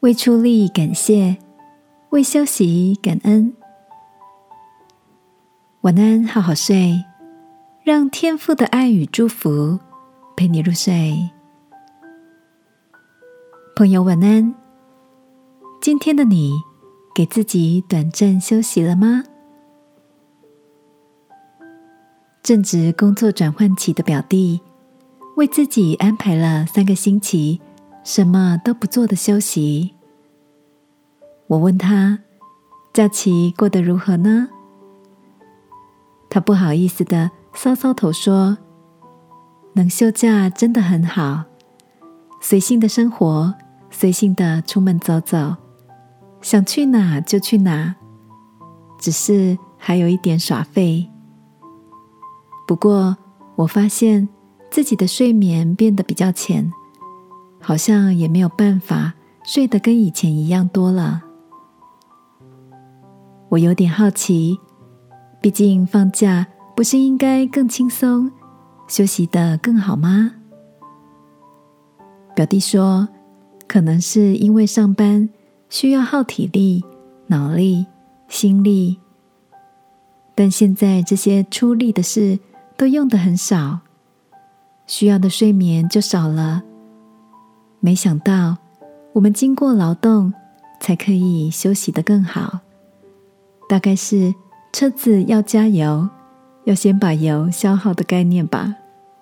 为出力感谢，为休息感恩。晚安，好好睡，让天父的爱与祝福陪你入睡。朋友晚安，今天的你给自己短暂休息了吗？正值工作转换期的表弟，为自己安排了3个星期什么都不做的休息。我问他，假期过得如何呢？他不好意思地搔搔头说，能休假真的很好，随性的生活，随性的出门走走，想去哪就去哪，只是还有一点耍废。不过我发现自己的睡眠变得比较浅，好像也没有办法睡得跟以前一样多了。我有点好奇，毕竟放假不是应该更轻松，休息得更好吗？表弟说，可能是因为上班需要耗体力、脑力、心力，但现在这些出力的事都用得很少，需要的睡眠就少了。没想到我们经过劳动才可以休息得更好，大概是车子要加油，要先把油消耗的概念吧。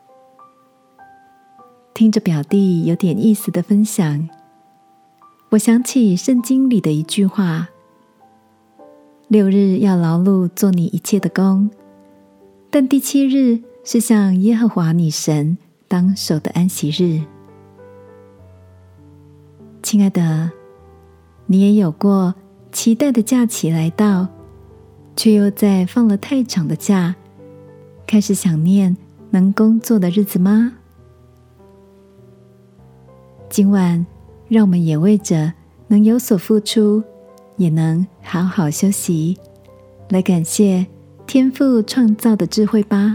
听着表弟有点意思的分享，我想起圣经里的一句话：6日要劳碌做你一切的工，但第7日是向耶和华你神当守的安息日。亲爱的，你也有过期待的假期来到，却又在放了太长的假，开始想念能工作的日子吗？今晚让我们也为着能有所付出，也能好好休息，来感谢天父创造的智慧吧。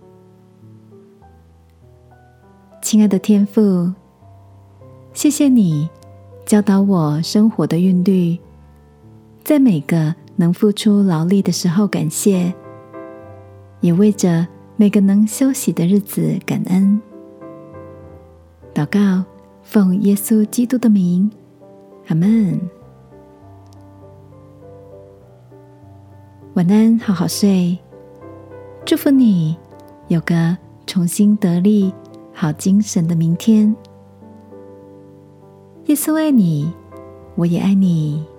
亲爱的天父，谢谢你教导我生活的韵律，在每个能付出劳力的时候感谢，也为着每个能休息的日子感恩。祷告，奉耶稣基督的名，阿们。晚安，好好睡，祝福你有个重新得力、好精神的明天。耶稣爱你，我也爱你。